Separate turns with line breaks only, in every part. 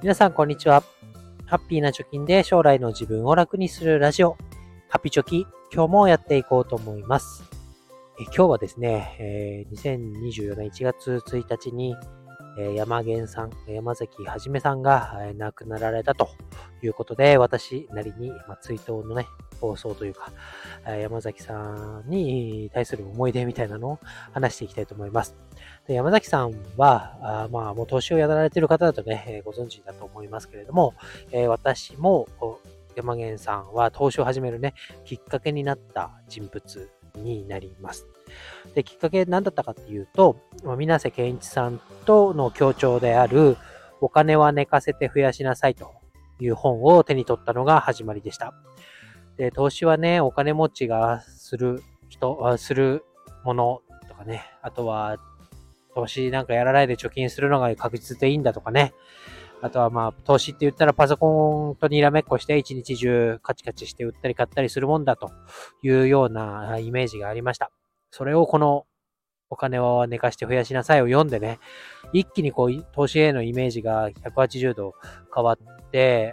皆さんこんにちは。ハッピーな貯金で将来の自分を楽にするラジオ、ハッピーチョキ、今日もやっていこうと思います。今日はですね、2024年1月1日に、山崎はじめさんが亡くなられたということで、私なりに追悼のね、放送というか、山崎さんに対する思い出みたいなのを話していきたいと思います。で、山崎さんは、もう投資をやられている方だとね、ご存知だと思いますけれども、私も山源さんは投資を始めるね、きっかけになった人物になります。で、きっかけ何だったかっていうと、水瀬健一さんとの協調である、お金は寝かせて増やしなさいという本を手に取ったのが始まりでした。で、投資はね、お金持ちがするものとかね、あとは、投資なんかやらないで貯金するのが確実でいいんだとかね、あとは投資って言ったらパソコンとにらめっこして一日中カチカチして売ったり買ったりするもんだというようなイメージがありました。それをこのお金を寝かして増やしなさいを読んでね、一気に投資へのイメージが180度変わって、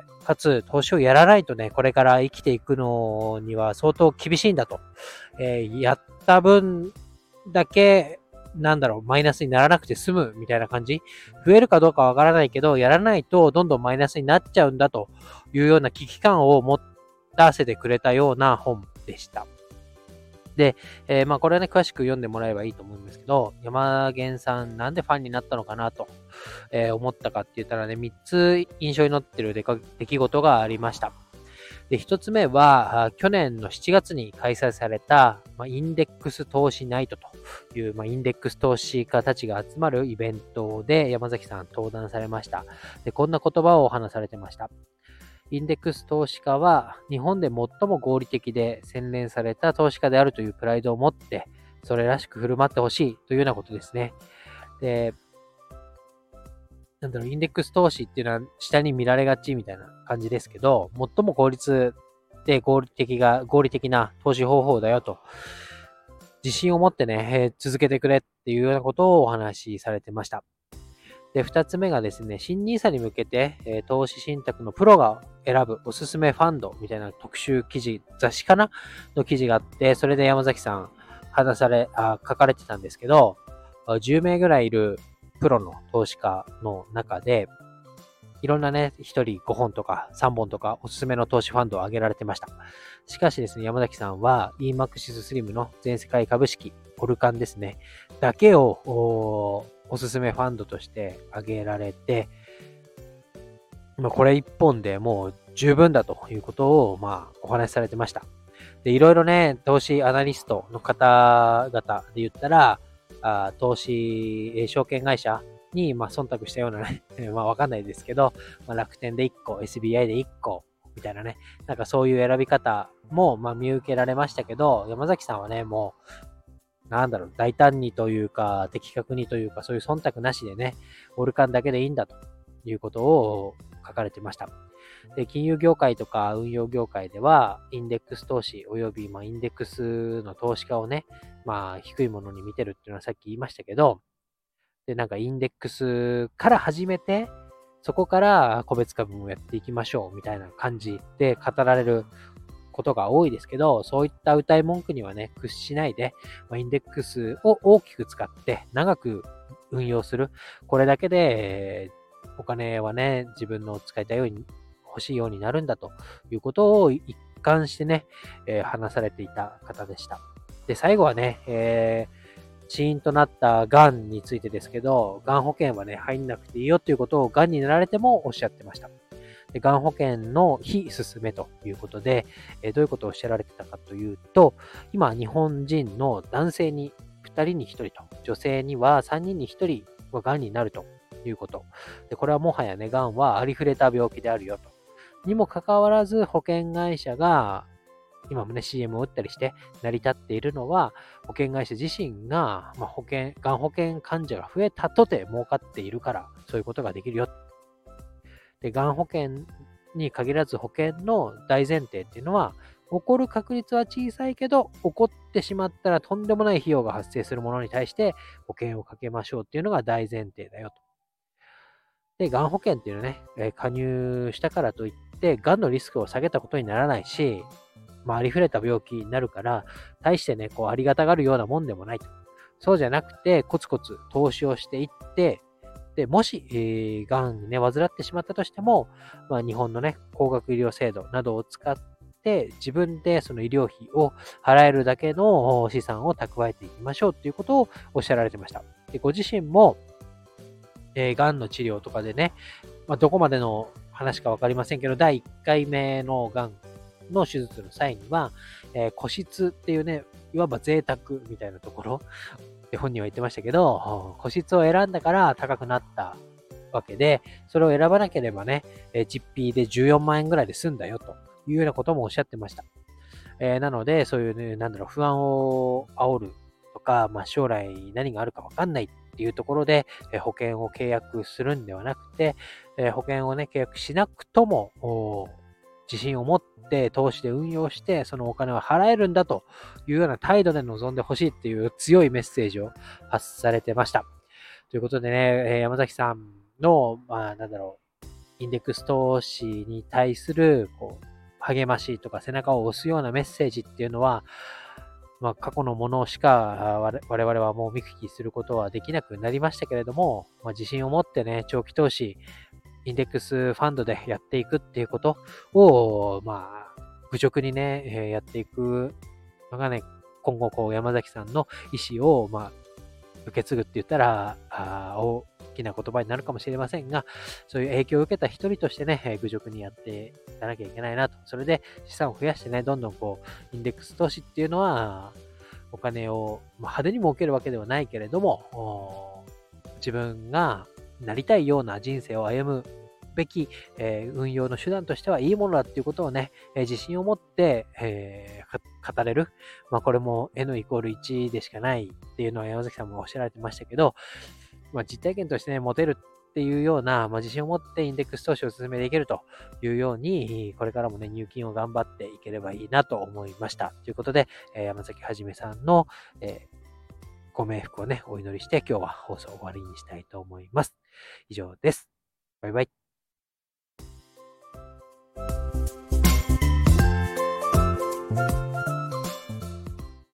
かつ投資をやらないとね、これから生きていくのには相当厳しいんだと。やった分だけ、マイナスにならなくて済むみたいな感じ。増えるかどうかわからないけど、やらないとどんどんマイナスになっちゃうんだというような危機感を持たせてくれたような本でした。で、これはね、詳しく読んでもらえばいいと思うんですけど、山源さんなんでファンになったのかなと、思ったかって言ったらね、3つ印象に残ってる出来事がありました。で、1つ目は、去年の7月に開催された、インデックス投資ナイトという、インデックス投資家たちが集まるイベントで山崎さん登壇されました。で、こんな言葉を話されてました。インデックス投資家は日本で最も合理的で洗練された投資家であるというプライドを持って、それらしく振る舞ってほしいというようなことですね。で、インデックス投資っていうのは下に見られがちみたいな感じですけど、最も合理的な投資方法だよと、自信を持ってね、続けてくれっていうようなことをお話しされてました。で、二つ目がですね、新NISAに向けて、投資信託のプロが選ぶおすすめファンドみたいな特集記事、雑誌かなの記事があって、それで山崎さん書かれてたんですけど、10名ぐらいいるプロの投資家の中で、いろんなね、1人5本とか3本とかおすすめの投資ファンドを挙げられてました。しかしですね、山崎さんは EMAXIS Slim の全世界株式、オルカンですね、だけをおすすめファンドとして挙げられて、これ一本でもう十分だということを、お話しされてました。で、いろいろね、投資アナリストの方々で言ったら、証券会社に、忖度したようなね、わかんないですけど、楽天で1個、SBI で1個、みたいなね、なんかそういう選び方も、見受けられましたけど、山崎さんはね、もう、大胆にというか、的確にというか、そういう忖度なしでね、オルカンだけでいいんだということを書かれてました。で、金融業界とか運用業界では、インデックス投資及び、インデックスの投資家をね、低いものに見てるっていうのはさっき言いましたけど、で、インデックスから始めて、そこから個別株もやっていきましょうみたいな感じで語られることが多いですけど、そういった謳い文句にはね、屈しないで、インデックスを大きく使って長く運用する。これだけで、お金はね、自分の使いたいように欲しいようになるんだということを一貫してね、話されていた方でした。で、最後はね、死因となった癌についてですけど、癌保険はね、入んなくていいよということを癌になられてもおっしゃってました。で、がん保険の非勧めということで、どういうことをおっしゃられてたかというと、今、日本人の男性に2人に1人と、女性には3人に1人ががんになるということ。で、これはもはやね、がんはありふれた病気であるよと。にもかかわらず、保険会社が、今もね、CM を打ったりして成り立っているのは、保険会社自身が、がん保険患者が増えたとて儲かっているから、そういうことができるよ。で、がん保険に限らず保険の大前提っていうのは、起こる確率は小さいけど、起こってしまったらとんでもない費用が発生するものに対して保険をかけましょうっていうのが大前提だよと。 で、がん保険っていうのね、加入したからといって、がんのリスクを下げたことにならないし、ありふれた病気になるから、大してね、ありがたがるようなもんでもないと。そうじゃなくて、コツコツ投資をしていって、で、もし、がんにね、患ってしまったとしても、日本のね、高額医療制度などを使って、自分でその医療費を払えるだけの資産を蓄えていきましょうということをおっしゃられてました。で、ご自身も、がんの治療とかでね、どこまでの話かわかりませんけど、第1回目のがんの手術の際には、個室っていうね、いわば贅沢みたいなところって本人は言ってましたけど、個室を選んだから高くなったわけで、それを選ばなければね、実費で14万円ぐらいで済んだよというようなこともおっしゃってました。なので、そういうね、不安を煽るとか、将来何があるかわかんないっていうところで、保険を契約するんではなくて、保険をね、契約しなくとも、自信を持って投資で運用して、そのお金は払えるんだというような態度で臨んでほしいっていう強いメッセージを発されてました。ということでね、山崎さんの、インデックス投資に対する、励ましとか背中を押すようなメッセージっていうのは、過去のものしか我々はもう見聞きすることはできなくなりましたけれども、自信を持ってね、長期投資、インデックスファンドでやっていくっていうことを、愚直にね、やっていくのがね、今後山崎さんの意思を、受け継ぐって言ったら、大きな言葉になるかもしれませんが、そういう影響を受けた一人としてね、愚直にやっていかなきゃいけないなと。それで資産を増やしてね、どんどんインデックス投資っていうのは、お金を、派手に儲けるわけではないけれども、自分がなりたいような人生を歩むべき、運用の手段としてはいいものだっていうことをね、自信を持って、語れる。これも N イコール1でしかないっていうのは山崎さんもおっしゃられてましたけど、実体験としてね、持てるっていうような、自信を持ってインデックス投資を進めていけるというように、これからもね、入金を頑張っていければいいなと思いました。ということで、山崎はじめさんの、ご冥福をね、お祈りして今日は放送を終わりにしたいと思います。以上です。バイバイ。